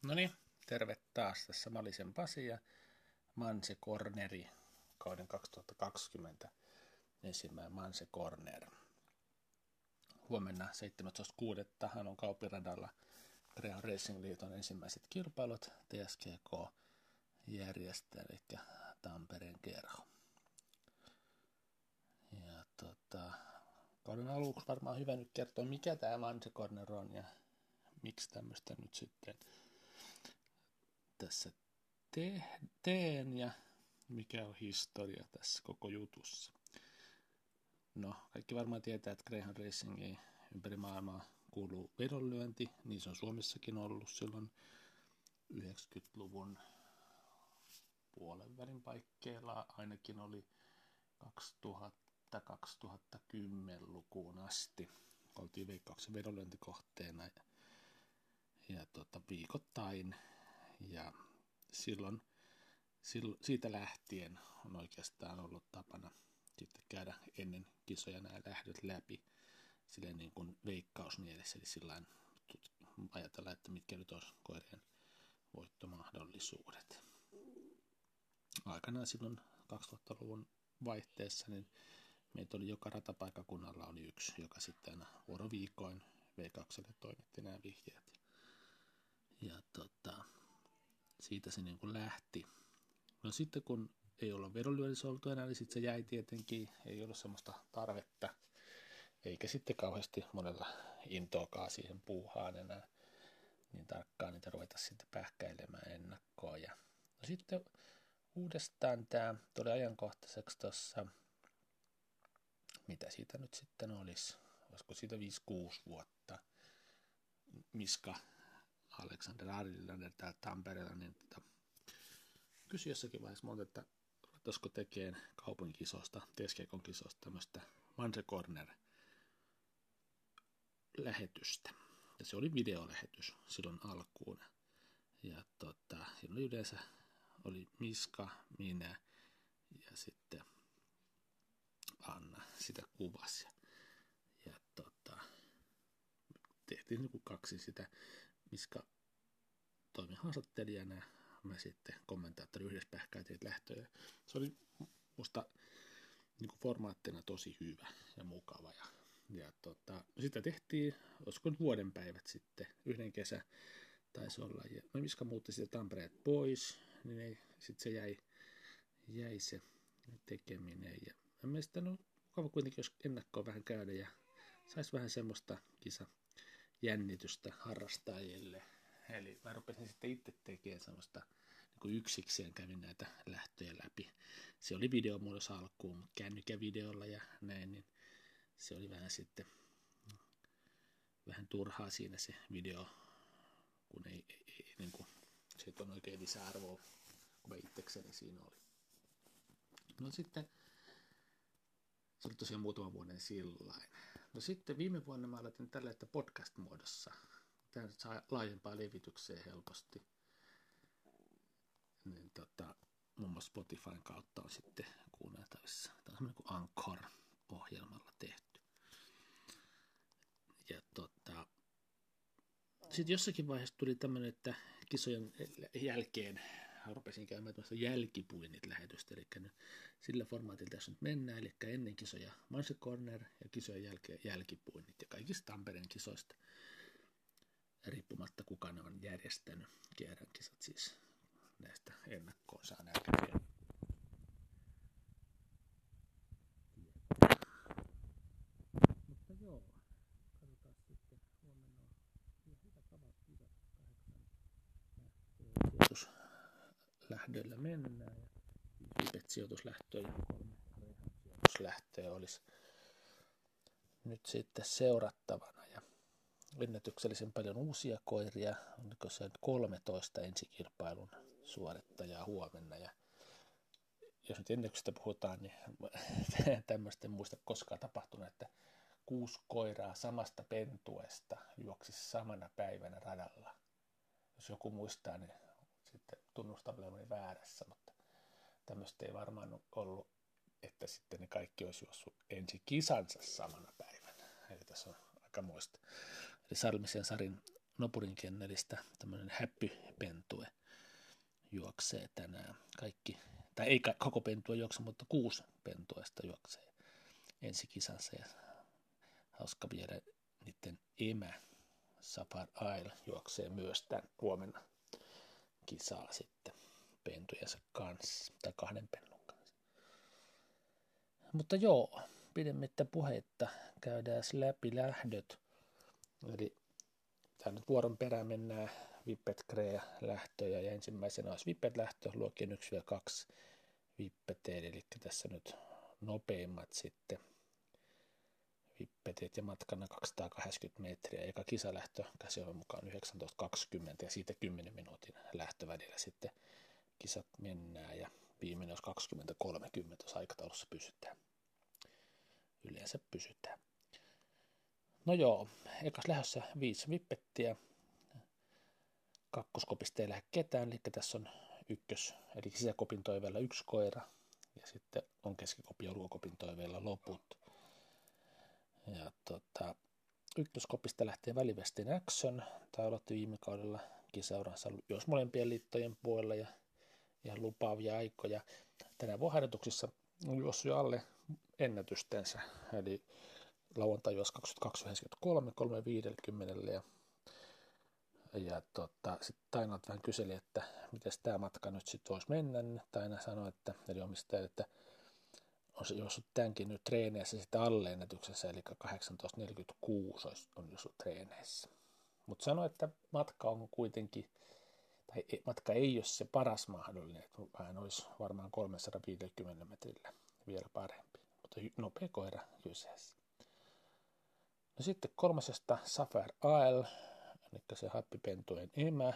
No niin, terve taas. Tässä Malisen Pasi ja Manse Corneri kauden 2020 ensimmäinen Manse Corner. Huomenna 17.6. on Kaupiradalla Greyhound Racing Liiton ensimmäiset kilpailut. TSGK järjestää, eli Tampereen kerho. Ja kauden aluksi varmaan hyvä nyt kertoa, mikä tämä Manse Corner on ja miksi tämmöistä nyt sitten tässä teen ja mikä on historia tässä koko jutussa. No, kaikki varmaan tietää, että Greyhound Racingiin ympäri maailmaa kuuluu vedonlyönti, niin se on Suomessakin ollut silloin 90-luvun puolen välin paikkeilla, ainakin oli 2000-2010-lukuun asti. Oltiin Veikkauksen vedonlyöntikohteena ja viikoittain. Ja silloin siitä lähtien on oikeastaan ollut tapana sitten käydä ennen kisoja nämä lähdöt läpi silleen niin kuin veikkausmielessä, eli sillain ajatellaan, että mitkä nyt olisi koirien voittomahdollisuudet. Aikanaan silloin 2000-luvun vaihteessa niin meitä oli joka ratapaikkakunnalla oli yksi, joka sitten aina vuoroviikoin Veikkaukselle toimitti nämä vihjeet. Ja siitä se niin kuin lähti. No sitten kun ei olla vedonlyönnissä oltu enää, niin sitten se jäi tietenkin, ei ollut semmoista tarvetta, eikä sitten kauheasti monella intoakaan siihen puuhaan enää niin tarkkaan niitä ruveta sitten pähkäilemään ennakkoon. Ja no sitten uudestaan tämä tuli ajankohtaiseksi tuossa, mitä siitä nyt sitten olisi, olisiko siitä 5-6 vuotta, Miska Alexander Ardilander täällä Tampereella, niin kysyi jossakin vaiheessa monta, että ruvettaisiko tekemään kaupunkikisosta, TSGK:n kisosta tämmöistä Manse Corner-lähetystä. Ja se oli videolähetys silloin alkuun. Ja siinä oli yleensä oli Miska, minä ja sitten Anna sitä kuvasi. Ja tehtiin niin kuin 2 sitä. Miska toimi haastattelijana, mä sitten kommentaattori yhdessä pähkäiltiin lähtöjä. Se oli musta niin kuin formaattina tosi hyvä ja mukava. Ja sitä tehtiin, olisiko nyt vuodenpäivät sitten, yhden kesä taisi olla. Ja Miska muutti sitä Tampereet pois, niin sitten se jäi se tekeminen. Ja mielestäni on mukava kuitenkin, jos ennakkoon vähän käydä ja saisi vähän semmoista kisajännitystä harrastajille. Eli mä rupesin sitten itse tekemään semmoista niin yksikseen kävin näitä lähtöjä läpi. Se oli videomuodossa alkuun, mutta kännykävideolla ja näin, niin se oli vähän sitten vähän turhaa siinä se video, kun ei niin kuin, se on oikein lisäarvoa, kun mä itsekseni siinä oli. No sitten, se oli tosiaan muutaman vuoden sillain. No sitten viime vuonna mä aloitin tällä, että podcast-muodossa. Tämä saa laajempaa levitykseen helposti. Niin muun muassa Spotifyn kautta on sitten kuunneltavissa. Tämä on semmoinen kuin Anchor-ohjelmalla tehty. Ja sitten jossakin vaiheessa tuli tämmöinen, että kisojen jälkeen rupesin käymään tämmöistä jälkipuinnit-lähetystä, eli sillä formaatilla tässä nyt mennään, eli ennen kisoja Manse Corner ja kisojen jälkeen jälkipuinnit, ja kaikista Tampereen kisoista, riippumatta kuka ne on järjestänyt, kierrän kisat siis näistä ennakkoon saa näkyä. Mutta joo, katsotaan sitten, huomenna on hyvä tavat kisat, 8 sijoituslähdöillä mennään ja 5 sijoituslähtöä ja 3 sijoituslähtöä olisi nyt sitten seurattavana. Ja ennätyksellisen paljon uusia koiria, onko se 13 ensikilpailun suorittajaa huomenna. Ja jos nyt ennätyksestä puhutaan, niin tämmöistä en muista koskaan tapahtunut, että 6 koiraa samasta pentuesta juoksisi samana päivänä radalla. Jos joku muistaa, niin sitten tunnustaa olevani väärässä, mutta tämmöistä ei varmaan ollut, että sitten ne kaikki olisi juossut ensi kisansa samana päivänä. Eli tässä on aika muista. Eli Salmisen Sarin Nopurin kennelistä tämmöinen häppypentue juoksee tänään. Kaikki, tai ei koko pentue juokse, mutta 6 pentuesta juoksee ensi kisansa. Ja hauska viedä niiden emä Safar Isle juoksee myös tämän huomenna kisaa sitten pentujensa kanssa, tai 2 pennun kanssa. Mutta joo, pidemmittä puheitta käydään läpi lähdöt. Eli tämä nyt vuoron perään mennään Vippet Crea lähtöjä ja ensimmäisenä olisi Vippet lähtö luokkien 1-2 Vippeteet, eli tässä nyt nopeimmat sitten Vippeteet ja matkana 280 metriä, eka kisalähtö käsijohon mukaan 19.20 ja siitä 10 minuutin lähtövälillä sitten kisat mennään ja viimeinen olisi 20.30, jos aikataulussa pysytään. Yleensä pysytään. No joo, ekas lähdössä 5 vippettiä. Kakkoskopista ei lähde ketään, eli tässä on eli sisäkopin toiveella 1 koira ja sitten on keskikopin ja ulkokopin toiveella loput. Ja ykköskopista lähtee Välivestin Action. Tämä aloitti viime kaudella kisauransa jos molempien liittojen puolella ja ihan lupaavia aikoja. Tänään vuoharjoituksissa on juossut jo alle ennätystensä, eli lauantai juosi 22.93, 3.50 ja sitten Tainalta vähän kyseli, että miten tämä matka nyt sitten voisi mennä, niin Taina sanoi, eli omistaja, että on se juossut tämänkin nyt treeneissä sitten alle ennätyksessä, eli 18.46 on juossut treeneissä. Mutta sanoi, että matka on kuitenkin, tai matka ei ole se paras mahdollinen, että hän olisi varmaan 350 metrillä vielä parempi, mutta nopea koira kyseessä. No sitten 3. Safar Isle, eli se happipentuen emä.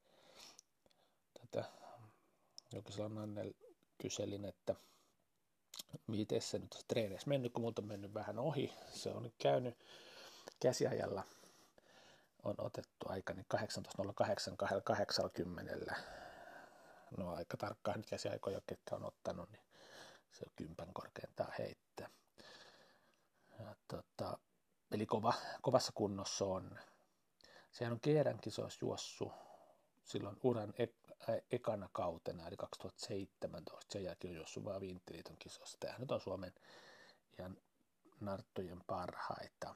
Tätä Jokisella Nannel kyselin, että miten se nyt treeneissä mennyt, kun multa on mennyt vähän ohi. Se on nyt käynyt käsiajalla, on otettu aika niin 18.08.80. No aika tarkkaan nyt käsiaikoja, ketkä on ottanut, niin se on 10 korkeintaan heittää. Ja eli kovassa kunnossa on. Sehän on Kierän kisoissa juossut silloin uran ekana kautena, eli 2017. Sen jälkeen on juossut vaan Vinttiliiton kisossa. Tämähän nyt on Suomen ihan narttujen parhaita.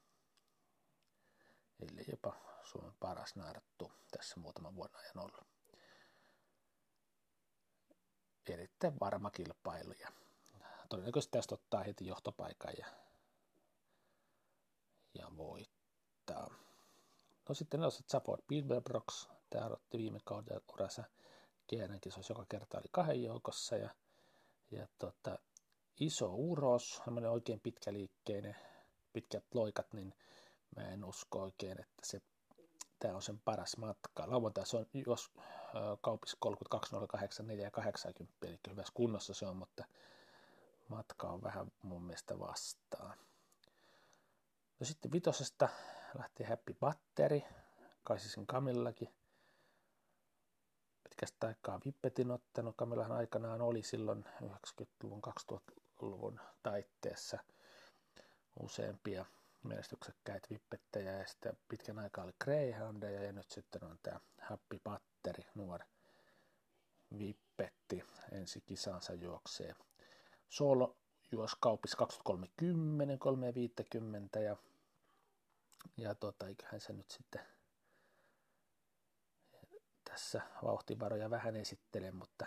Eli jopa Suomen paras narttu tässä muutaman vuoden ajan ollut. Erittäin varma kilpailu ja todennäköisesti tästä ottaa heti johtopaikan ja voittaa. No sitten on Zafford Pilberbrox. Tämä aloitti viime kaudella uransa Kierän kisoissa, joka kerta oli 2 joukossa. Ja iso uros, semmoinen oikein pitkäliikkeinen, pitkät loikat, niin mä en usko oikein, että tämä on sen paras matka. Lauantai se on jos kaupissa 32.08.4.80, eli hyvässä kunnossa se on, mutta matka on vähän mun mielestä vastaan. No sitten 5. lähti Happy Batteri, Kaisisen Kamillakin. Pitkästä aikaa Vippetin ottanut. Kamillahan aikanaan oli silloin 90-luvun, 2000-luvun taitteessa useampia menestyksekkäitä Vippettejä ja sitten pitkän aikaa oli Greyhoundeja ja nyt sitten on tämä Happy Batteri, nuori Vippetti, ensi kisansa juoksee. Solo juosi kaupissa 2030, 3.50 ja eiköhän se nyt sitten tässä vauhtivaroja vähän esittelen, mutta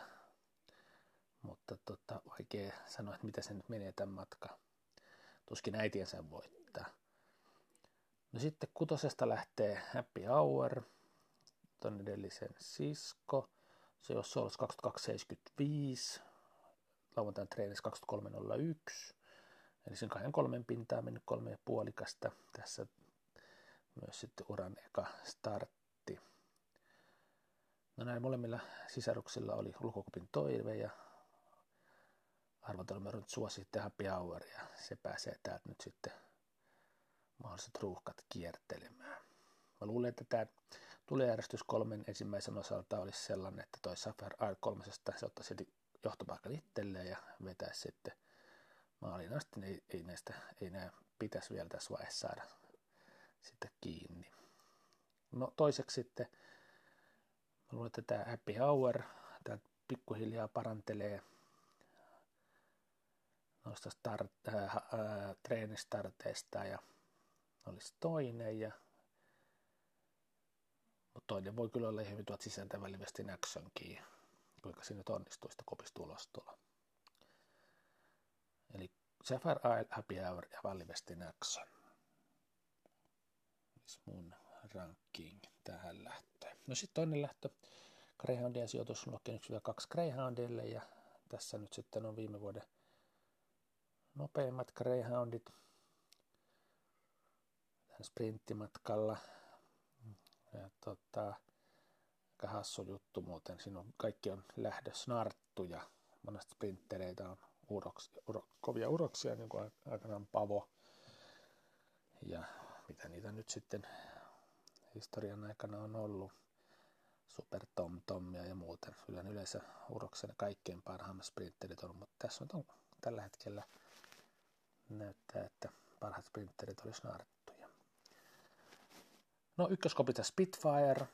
vaikea sanoa, että mitä se nyt menee tämän matka. Tuskin äitiensä voittaa. No sitten 6. lähtee Happy Hour, ton edellisen sisko. Se jos se olisi 22.75, lauantain treenissä 23.01. Eli sen 2-3 pintaa mennyt 3,5. Tässä myös sitten uran eka startti. No näin molemmilla sisaruksilla oli ulkokopin toive ja arvontanumero nyt suosi sitten Happy Hour ja se pääsee täältä nyt sitten mahdolliset ruuhkat kiertelemään. Mä luulen, että tämä tulijärjestys 3 ensimmäisen osalta olisi sellainen, että toi Safar Isle 3 se ottaisi johtopaikan itselleen ja vetäisi sitten maaliin asti, niin ei nämä pitäisi vielä tässä vaiheessa saada sitä kiinni. No toiseksi sitten, mä luulen, että tämä Happy Hour, tämä pikkuhiljaa parantelee noista treenistarteista ja olisi toinen. Mutta toinen voi kyllä olla ihan tuot sisältävän Livestin actionkin, kuinka se nyt onnistuu sitä kopistulostolla. Eli Sapphire Isle, Happy Hour ja Valivestin action. Mun ranking tähän lähtöön. No sitten toinen lähtö. Greyhoundien sijoitus luokkeen 1-2 Greyhoundille ja tässä nyt sitten on viime vuoden nopeimmat Greyhoundit tämän sprinttimatkalla. Ja aika hassu juttu muuten. Siinä on, kaikki on lähdössä narttuja. Monesti sprinttereitä on kovia uroksia, niin kuin aikanaan Pavo. Ja mitä niitä nyt sitten historian aikana on ollut. Super Tom-Tommia ja muuten. Yleensä uroksen kaikkein parhaimmat sprintterit on, mutta tässä on tällä hetkellä näyttää, että parhaat sprintterit olisi narttuja. No ykköskopita Spitfire.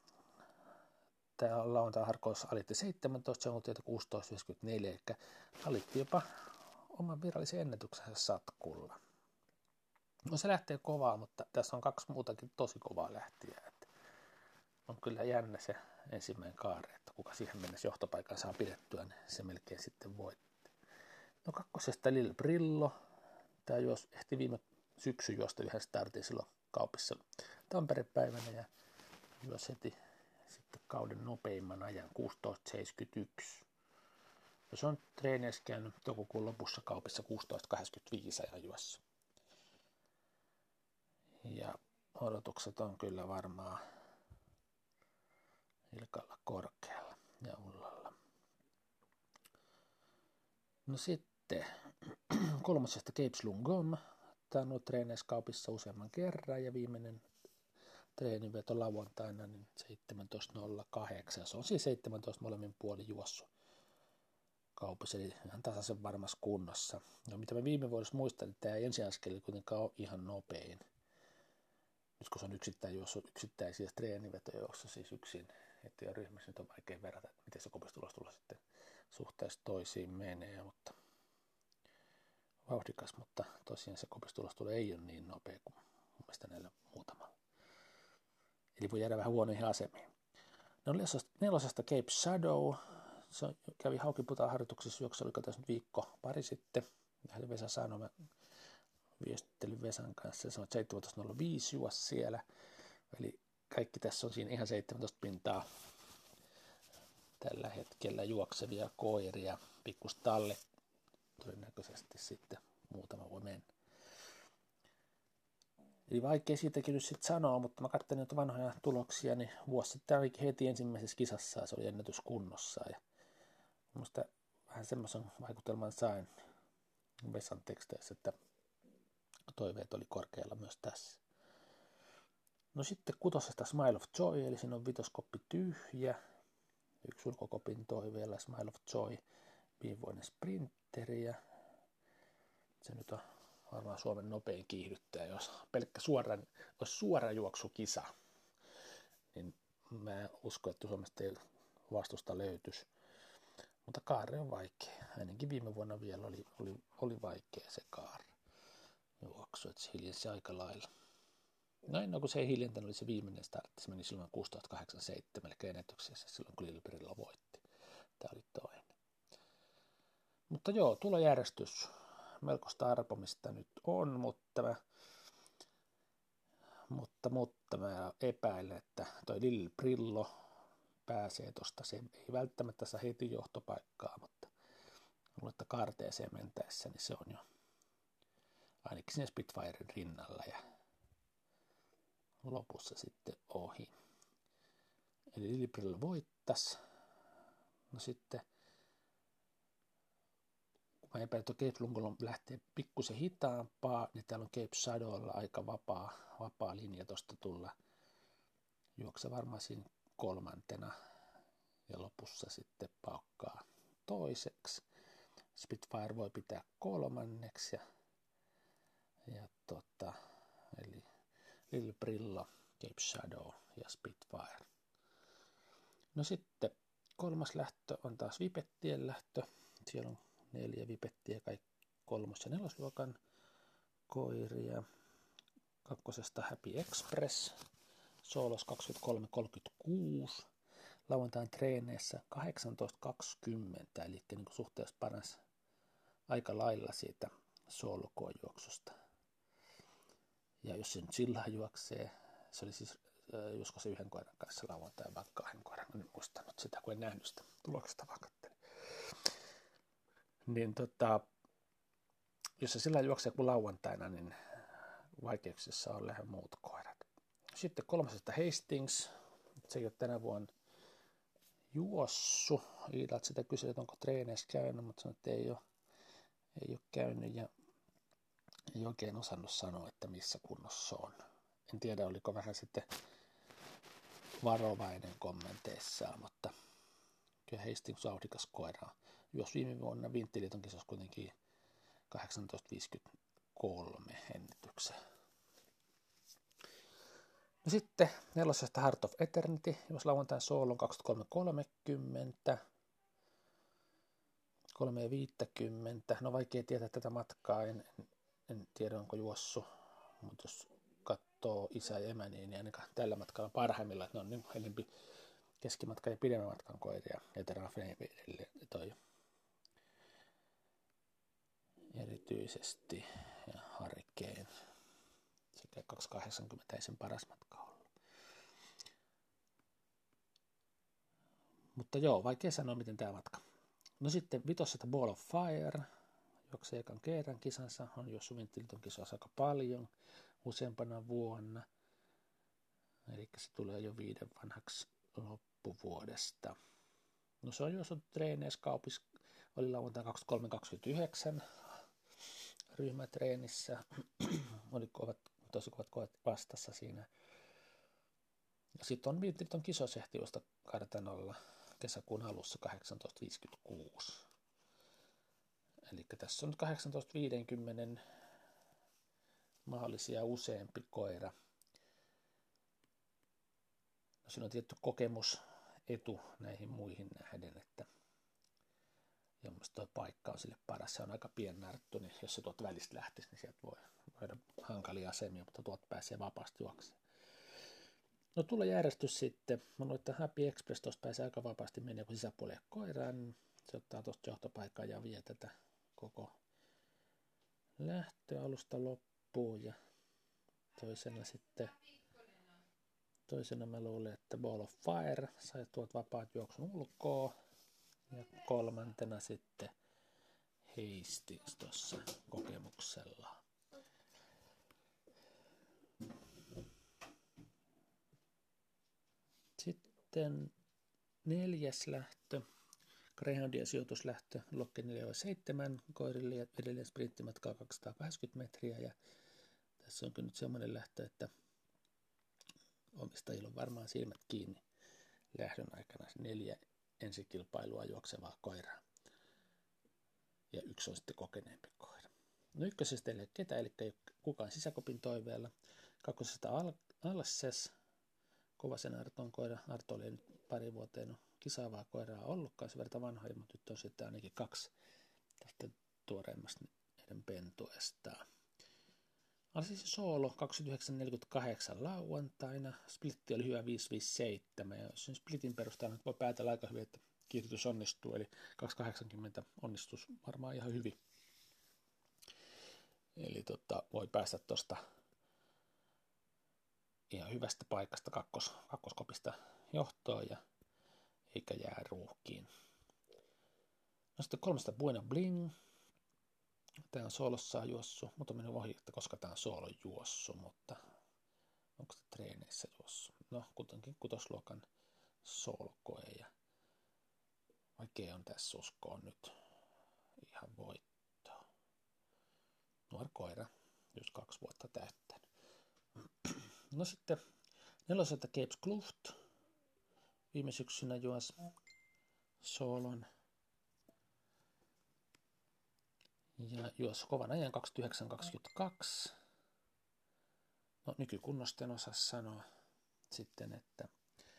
Tämä lauantai-harkous alitti 17 sekuntia 16.54, eli alitti jopa oman virallisen ennätyksensä satkulla. No se lähtee kovaa, mutta tässä on 2 muutakin tosi kovaa lähtiä. On kyllä jännä se ensimmäinen kaari, että kuka siihen mennessä johtopaikan saa pidettyä, niin se melkein sitten voitti. No kakkosesta Lil Brillo. Tämä ehti viime syksyn juosta yhden startin silloin kaupissa Tampere-päivänä ja juosi heti sitten kauden nopeimman ajan 16.71. Ja se on treeneissä käynyt toukokuun lopussa kaupissa 16.85 ajan juossa. Ja odotukset on kyllä varmaan Ilkalla korkealla ja Ullalla. No sitten kolmosesta Cape Slungom. Tämä on ollut treeneiskaupissa useamman kerran ja viimeinen treeniveto lauantaina niin 17.08. Se on siis 17 molemmin puolin juossut kaupassa, eli ihan tasaisen varmassa kunnossa. No mitä mä viime vuodessa muistan, että tämä ensiaskeli kuitenkaan ole ihan nopein. Nyt kun se on yksittäisiä treenivetoja, joissa siis yksin, että jo ryhmässä nyt on vaikea verrata, että miten se kopistulostulo sitten suhteessa toisiin menee, mutta vauhdikas, mutta tosiaan se kopistulostulo ei ole niin nopea kuin mun mielestä näillä muutamalla. Eli voi jäädä vähän huonoihin asemiin. No nelosesta Cape Shadow, se kävi Haukiputaan harjoituksessa juoksu, oliko tässä nyt viikko pari sitten. Lähdin Vesa sanoi, mä viestittelin Vesan kanssa, se on 17.05 juos siellä. Eli kaikki tässä on siinä ihan 17 pintaa tällä hetkellä juoksevia koiria, pikkustalle todennäköisesti sitten muutama voi mennä. Eli vaikea siitäkin nyt sitten sanoa, mutta mä katselin nyt vanhoja tuloksia, niin vuosi sitten heti ensimmäisessä kisassa se oli ennätyskunnossa. Ja minusta vähän semmoisen vaikutelman sain Vesan teksteissä, että toiveet oli korkealla myös tässä. No sitten kutosesta Smile of Joy, eli siinä on vitoskoppi tyhjä. Yksi ulkokopin toiveella Smile of Joy, viimevuoinen sprinteri ja se nyt on varmaan Suomen nopein kiihdyttäjä, jos pelkkä suora juoksukisa, niin mä en usko, että Suomesta ei vastusta löytyisi. Mutta kaari on vaikea. Ainakin viime vuonna vielä oli vaikea se kaari juoksu, että se hiljensi aika lailla. No kun se ei hiljentänyt, oli se viimeinen startti. Se meni silloin 16.87, eli ennätyksessä silloin, kun Lilberilla voitti. Tämä oli toinen. Mutta joo, tulojärjestys. Melkoista arpomista nyt on, mutta mä epäilen, että toi Lil Brillo pääsee tosta. Se ei välttämättä saa heti johtopaikkaa, mutta luulen, että kaarteeseen mentäessä, niin se on jo ainakin sinne Spitfiren rinnalla ja lopussa sitten ohi. Eli Lil Brillo voittaisi. No sitten mä epäilen, että Cape Slungom lähtee pikkusen hitaampaa, niin täällä on Cape Shadowlla aika vapaa linja tuosta tulla. Juokse varmaan siinä kolmantena ja lopussa sitten paukkaa toiseksi. Spitfire voi pitää kolmanneksi eli Lil Brillo Cape Shadow ja Spitfire. No sitten kolmas lähtö on taas Vipettien lähtö. Siellä on 4 Vipettiä, kaikki 3. ja 4. luokan koiria. Kakkosesta Happy Express, Solos 23.36, lauantain treeneissä 18.20, eli niin suhteessa paras aika lailla siitä soolokojuoksusta. Ja jos se nyt sillä juoksee, se oli siis joskus se 1 koiran kanssa lauantain vai 2 koiran, en muistanut sitä, kun en nähnyt sitä tuloksesta vaan katselin. Niin jos se sillä juoksee kuin lauantaina, niin vaikeuksissa on lähes muut koirat. Sitten 3. Hastings, se ei ole tänä vuonna juossu. Iidalta sitä kysyi, että onko treeneissä käynyt, mutta sanoi, että ei ole käynyt ja ei oikein osannut sanoa, että missä kunnossa on. En tiedä, oliko vähän sitten varovainen kommenteissaan, mutta kyllä Hastings on audikas koira. Jos viime vuonna Vinttiliiton kisassa kuitenkin 18.53 ennätyksen. No sitten 4. Heart of Eternity, jos lauantain soolo on 23.30, 3.50. No vaikea tietää tätä matkaa, en tiedä onko juossu, mutta jos katsoo isä ja emä, niin ainakaan tällä matkalla parhaimmilla, että ne on niin enempi keskimatkan ja pidemmän matkan koiria. Eternal Flame toi erityisesti ja Hurricane sekä 280 ei sen paras matka ollut. Mutta joo, vaikea sanoa, miten tämä matka. No sitten 5. Ball of Fire, juoksee ekan kerran kisansa, on juossut Vinttiliiton kisoissa aika paljon, useampana vuonna. Eli se tulee jo 5 vanhaksi loppuvuodesta. No se on juossut treeneissä kaupissa, oli lauantai 23.29 ryhmätreenissä, oli tosi kovat vastassa siinä. Sitten on Vinttiliiton kisosehti juosta kartanolla kesäkuun alussa 18.56. Eli tässä on 18.50 mahdollisia useampi koira. No, siinä on tietty kokemusetu näihin muihin nähden, että ja mielestäni tuo paikka on sille paras. Se on aika piennarttu, niin jos se tuolta välistä lähtisi, niin sieltä voi voida hankalia asemia, mutta tuolta pääsee vapaasti juoksemaan. No tulee järjestys sitten. Mä luulen, että Happy Express tuosta pääsee aika vapaasti menee kun sisäpuolelle koiraan. Niin se ottaa tuosta johtopaikkaa ja vie tätä koko lähtöä alusta loppuun. Ja toisena mä luulen, että Ball of Fire sai tuolta vapaat juoksun ulkoa. Ja 3. sitten Hastings tuossa kokemuksella. Sitten 4. lähtö, Greyhoundien sijoituslähtö, Lokke 4-7 koirille ja edelleen sprinttimatkaa 280 metriä. Ja tässä onkin nyt semmoinen lähtö, että omistajilla on varmaan silmät kiinni lähdön aikana 4 ensikilpailua juoksevaa koiraa. Ja 1 on sitten kokeneempi koira. No 1. ei ole ketään, eli ei ole kukaan sisäkopin toiveella. 2. Alses, Kovasen Arton koira. Arto oli nyt pari vuoteen kisaavaa koiraa ollutkaan, se verta vanhoja, mutta nyt on sitten ainakin 2 tästä tuoreimmasta heidän pentuestaan. Alsis soolo 29.48 lauantaina. Splitti oli hyvä 5.57 ja jos sen splitin perusteella voi päätellä aika hyvin, että kiihdytys onnistuu, eli 2.80 onnistus varmaan ihan hyvin. Eli voi päästä tuosta ihan hyvästä paikasta kakkoskopista johtoon ja eikä jää ruuhkiin. No sitten 3. Buena Bling. Tämä on soolossa juossu, mutta on mennyt ohi, että koska tämä on soolon juossu, mutta onko se treeneissä juossu? No kuitenkin 6. luokan soolokoe ja vaikea on tässä uskoa nyt ihan voittoa. Nuori koira, just 2 vuotta täyttänyt. No sitten 4. Capes Kluft. Viime syksynä juosi soolon. Ja juosi kovan ajan 29.22. No nykykunnosta en osaa sanoa. sitten, että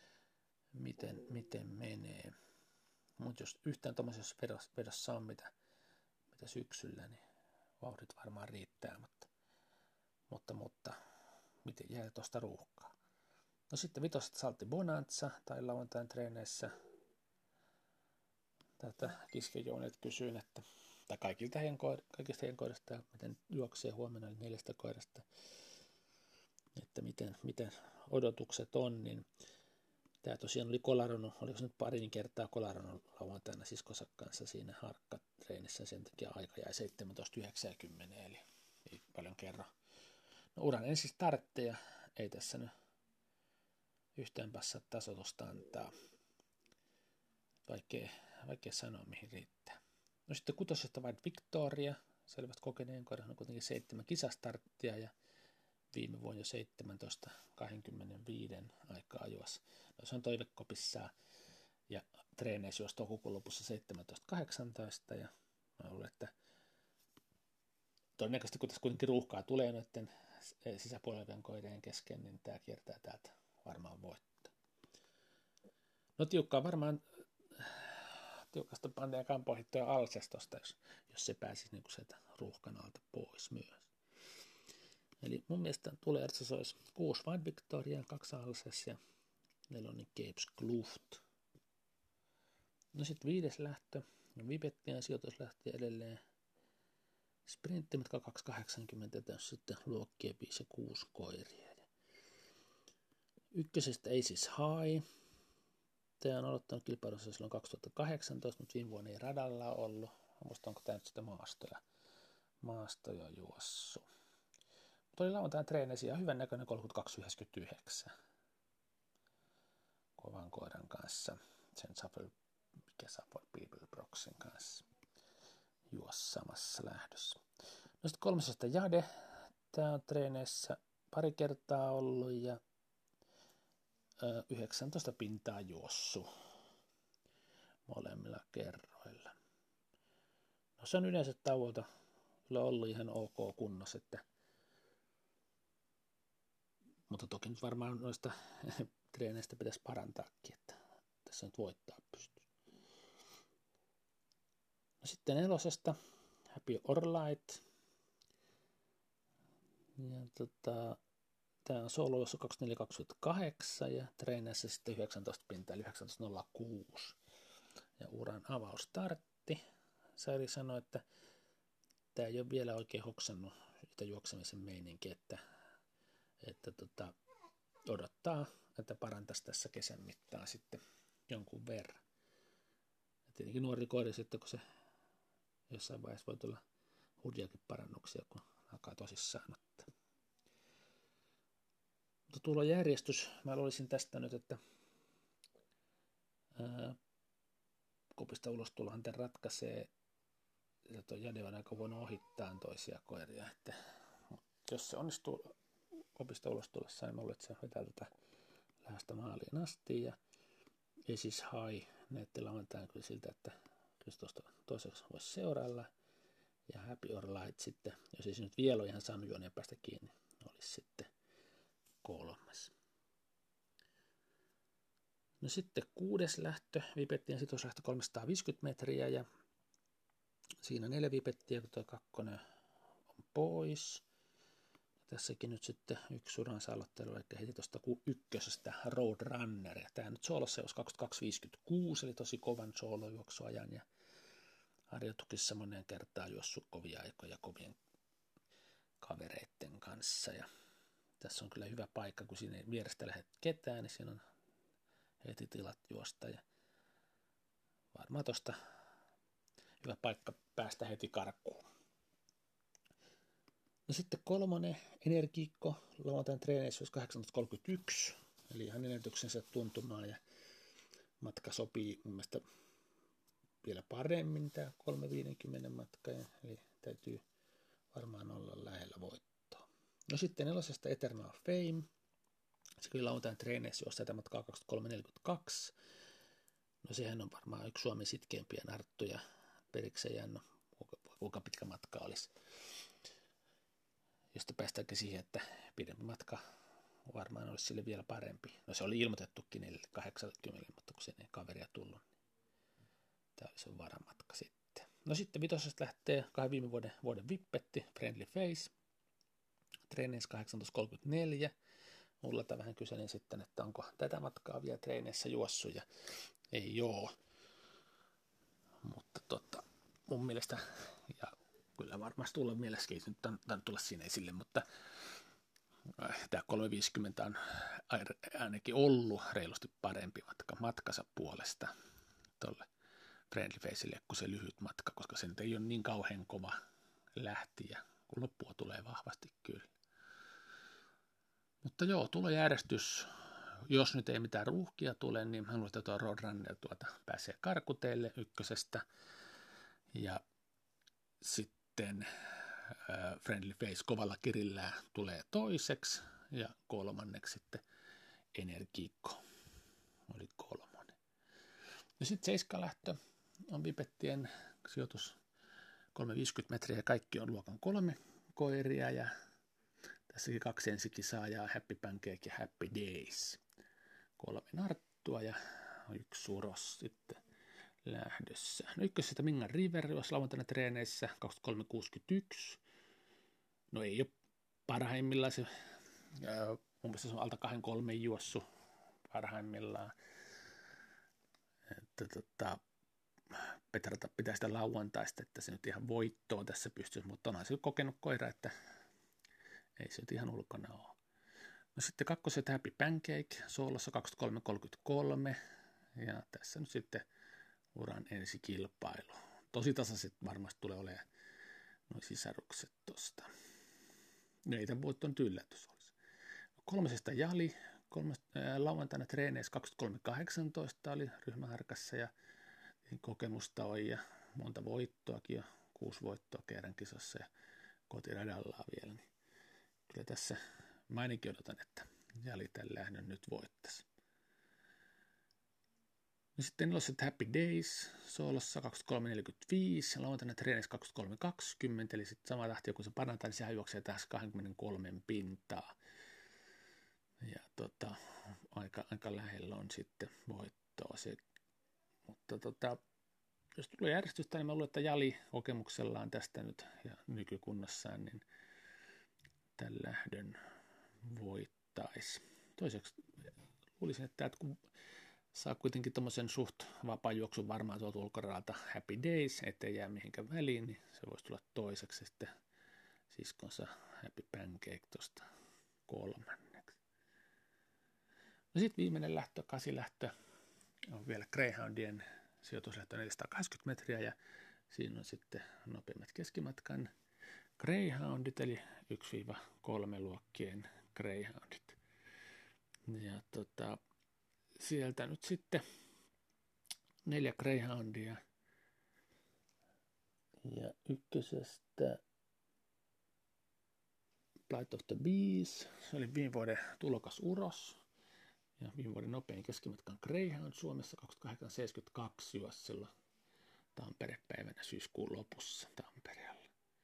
miten menee. Mutta jos yhtään tuommoisessa vedossa on mitä syksyllä, niin vauhdit varmaan riittää, mutta miten jää tuosta ruuhkaa. No sitten vitoset Saltti Bonanza tai lauantain treeneissä. Tätä Kiskejounet kysyin, että tai kaikista heidän koirista, miten juoksee huomenna, eli 4 koirasta, että miten odotukset on, niin tämä tosiaan oli kolaronut, oliko se nyt parin kertaa kolaronut lauantaina siskonsa kanssa siinä harkkatreenissä, sen takia aika jäi 17.90, eli ei paljon kerro. No uran ensin startteja, ei tässä nyt yhtään päässä tasoitusta antaa, vaikea sanoa mihin riittää. No sitten 6. White Victoria, selvästi kokeneen koiran on kuitenkin 7 kisastarttia ja viime vuonna jo 17.25 aikaa juossa. No, se on toivekopissa ja treeneissä juosi toukokuun lopussa 17.18 ja mä luulen, että todennäköisesti kun tässä kuitenkin ruuhkaa tulee noiden sisäpuolelvien koirien kesken, niin tämä kiertää täältä varmaan voittaa. No tiukasta pandea kampohittoja Alsestosta, jos se pääsisi niin sieltä ruuhkan alta pois myös. Eli mun mielestä tulee, että se olisi 6 White Victoria, 2 Alses ja 4 Capes Kluft. No sitten 5. lähtö, Vipettien sijoitus lähtee edelleen sprinttimatka 2.80, tässä sitten luokkia 5 ja 6 koiria. Ykkösestä Aces High. Tämä on aloittanut kilpailussa silloin 2018, mutta viime vuonna ei radalla ollut. Muista onko tämä nyt sitten maastoja juossu. Mutta oli lauantain treeneissä ja hyvän näköinen 32.99 kovan koiran kanssa. Sen Shuffle People Broxin kanssa juossa samassa lähdössä. No sitten 3. Jade. Tämä on treeneissä pari kertaa ollut ja 19 pintaa juossu molemmilla kerroilla. No se on yleensä tauolta kyllä ollut ihan ok kunnossa, mutta toki nyt varmaan noista treeneistä pitäisi parantaakin, että tässä nyt voittaa pystyy. No sitten 4. Happy or Light. Ja tämä on sooloissa 24.28 ja treeneissä sitten 19 pintaa, eli 19.06. Ja uran avausstartti. Sairi sanoi, että tämä ei ole vielä oikein hoksannut sitä juoksemisen meininkiä, että odottaa, että parantaisi tässä kesän mittaan sitten jonkun verran. Ja tietenkin nuori koiri sitten, kun se jossain vaiheessa voi tulla hurjiakin parannuksia, kun alkaa tosissaan ottaa. Mutta tulojärjestys, mä luulisin tästä nyt, että kopista ulostulohan tämän ratkaisee, ja tuo Jade on aika voinut ohittaa toisia koiria, että jos se onnistuu kopista ulostulossa, niin mä luulen, että se vetää tätä lähestä maaliin asti, ja Aces High näette lauantain kyllä siltä, että tuosta toiseksi voisi seurailla, ja Happy or Light sitten, jos ei se nyt vielä ole ihan saanut juoneen päästä kiinni, olisi sitten 3. No sitten 6. lähtö, Vipettien sitoslähtö 350 metriä ja siinä 4 Vipettiä, kun tuo 2 on pois. Ja tässäkin nyt sitten yksi uransa aloittelu, eli heti tuosta 1. Roadrunner. Ja tämä nyt soolossa olisi 22.56, eli tosi kovan soolojuoksuajan ja harjoituksissa monen kertaa juossut kovia aikoja kovien kavereiden kanssa. Ja tässä on kyllä hyvä paikka, kun siinä ei vierestä lähde ketään, niin siinä on heti tilat juosta. Ja varmaan tuosta hyvä paikka päästä heti karkuun. No sitten 3. Energiikko, lauantain treeneissä olisi 18.31, eli ihan ennätyksensä tuntumaan ja matka sopii mun mielestä vielä paremmin tämä 3.50 matka, eli täytyy varmaan olla lähellä voittoa. No sitten 4. Eternal Fame, se kyllä lauantain treeneissä olisi tätä matkaa 23.42, no sehän on varmaan yksi Suomen sitkeimpiä narttuja, periksi ei jäänyt, kuinka pitkä matka olisi. Josta päästäänkin siihen, että pidempi matka varmaan olisi sille vielä parempi. No se oli ilmoitettukin 80, mutta kun sen ei kaveria tullut, niin tämä olisi varamatka sitten. No sitten vitosesta lähtee 2 viime vuoden vippetti, Friendly Face, treeneissä 18.34. Mulla vähän kyselin sitten, että onko tätä matkaa vielä treeneissä juossut, ja ei oo. Mutta mun mielestä, ja kyllä varmasti tulla mielessäkin, nyt on tulla siinä esille, mutta tämä 350 on ainakin ollut reilusti parempi matkansa puolesta tuolle Friendly Facelle kuin se lyhyt matka, koska se nyt ei ole niin kauhean kova lähtiä, kun loppua tulee vahvasti kyllä. Mutta joo, tulojärjestys, jos nyt ei mitään ruuhkia tule, niin mä luulen, että tuo Roadrunner pääsee karkuteille ykkösestä, ja sitten Friendly Face kovalla kirillään tulee toiseksi, ja kolmanneksi sitten Energiikko oli kolmonen. Ja sitten seiskalähtö on Vipettien sijoitus 350 metriä, ja kaikki on luokan 3 koiria, ja tässäkin 2 ensikisaajaa, Happy Pancake ja Happy Days. 3 narttua ja 1 suros sitten lähdössä. No ykkösestä Mingan River, jos lauantaina treeneissä 23.61. No ei ole parhaimmillaan se, mun mielestä se on alta 2-3 juossu parhaimmillaan. Että Petrata pitää sitä lauantaista, että se nyt ihan voittoa tässä pystyisi, mutta onhan se kokenut koira, että ei se nyt ihan ulkona ole. No sitten kakkoset Happy Pancake soolossa 23.33, ja tässä nyt sitten uran ensi kilpailu. Tosi tasaiset varmasti tulee olemaan nuo sisarukset tosta. No ei tämän voitton yllätys olisi. Kolmosesta Jali, lauantaina treeneissä 23.18 oli ryhmäharkassa, ja kokemusta on ja monta voittoakin jo, 6 voittoa kerran kisassa ja kotiradallaan vielä, niin kyllä tässä mä ainakin odotan, että Jali tämän lähdön nyt voittaisi. No sitten neloset Happy Days soolossa 23.45, lauantaina treeneissä 23.20, eli sitten sama tahti, kun se parantaa, niin sehän juoksee tässä 23 pintaa. Ja aika lähellä on sitten voittoa se. Mutta jos tulee järjestystä, niin mä luulen, että Jali kokemuksellaan tästä nyt ja nykykunnassaan, niin tämän lähdön voittaisi. Toiseksi luulisin, että kun saa kuitenkin tommosen suht vapaa-juoksun varmaan tuolta ulkoradalta Happy Days, ettei jää mihinkään väliin, niin se voisi tulla toiseksi, sitten siskonsa Happy Pancake tuosta kolmanneksi. No sitten viimeinen lähtö, 8 lähtö, on vielä Greyhoundien sijoituslähtö 480 metriä, ja siinä on sitten nopeimmat keskimatkan Greyhoundit, eli 1-3 luokkien Greyhoundit. Ja sieltä nyt sitten 4 Greyhoundia, ja ykkösestä Flight of the Bees, se oli viime vuoden tulokas uros, ja viime vuoden nopein keskimatkan Greyhound Suomessa 28.72 juossilla Tampere-päivänä syyskuun lopussa Tampereella.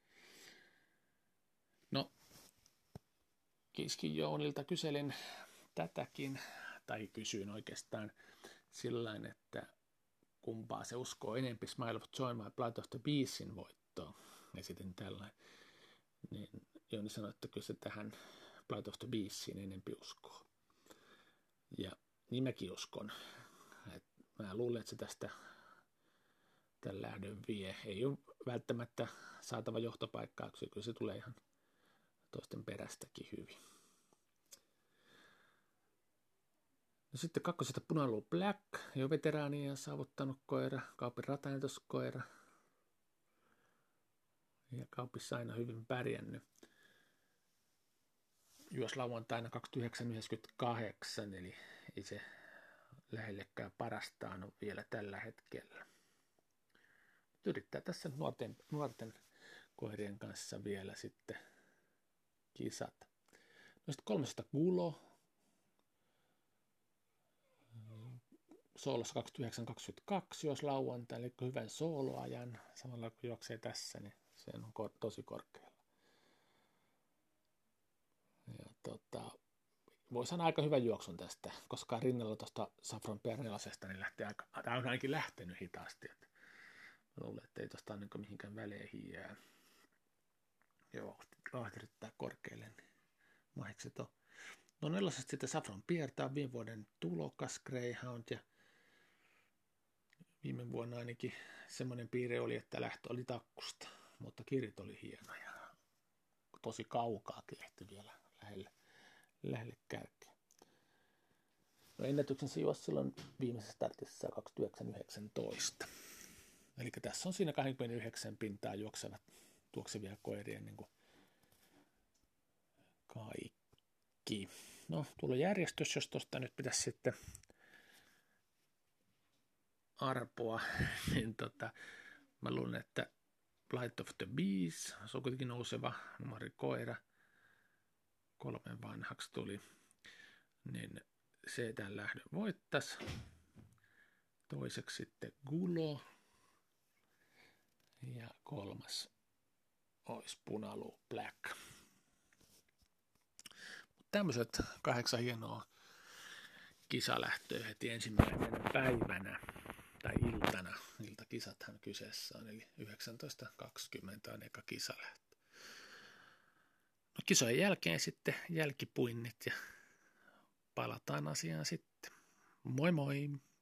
No, Kiskin Jounilta kyselin tätäkin, tai kysyin oikeastaan sillain, että kumpaa se uskoo enempi, Smile of Joy vai Flight of the Beesin voittoon. Esitin tällainen. Niin Jouni sanoi, että kyllä se tähän Flight of the Beesiin enempi uskoo. Ja niin mäkin uskon. Mä luulen, että se tästä tämän lähdön vie. Ei ole välttämättä saatava johtopaikkaa, kyllä se tulee ihan toisten perästäkin hyvin. No sitten kakkosesta Punaluu Black, jo veteraania saavuttanut koira, Kaupin rataintoskoira. Ja Kaupissa aina hyvin pärjännyt. Juos lauantaina 29.98, eli ei se lähellekään parastaan ole vielä tällä hetkellä. Yrittää tässä nuorten koirien kanssa vielä sitten kisata. No sitten 300 Gulo. Soolossa 29.22, jos lauantai, eli hyvän sooloajan. Samalla kun juoksee tässä, niin se on tosi korkealla. Ja voi sanoa aika hyvän juoksun tästä, koska rinnalla tuosta Saffron Pierre 4 niin tämä on ainakin lähtenyt hitaasti. Että mä luulen, että ei tuosta ole niin mihinkään väleihin jää. Joo, vauhti riittää korkealle, niin mahikset on. No 4 sitten Saffron Pierre, tämä on viime vuoden tulokas Greyhound, ja viime vuonna ainakin semmoinen piirre oli, että lähtö oli takkusta, mutta kirit oli hieno ja tosi kaukaakin ehti vielä lähelle kärkeä. No ennätyksen se juosi silloin viimeisessä startissa 29.19. Eli tässä on siinä 29 pintaa tuoksevia koiria niin kuin kaikki. No tulojärjestys, jos tuosta nyt pitäisi sitten arpoa, niin mä luulen, että Flight of the Bees, se on kuitenkin nouseva numari koira, 3 vanhaksi tuli, niin se tämän lähdön voittaisi. Toiseksi sitten Gulo ja 3 olisi Punalu Black. Tämmöiset 8 hienoa kisalähtöä heti ensimmäisenä päivänä tai iltana. Iltakisathan kyseessä on, eli 19.20 on eka kisalähtö. No kisojen jälkeen sitten jälkipuinnit ja palataan asiaan sitten. Moi moi!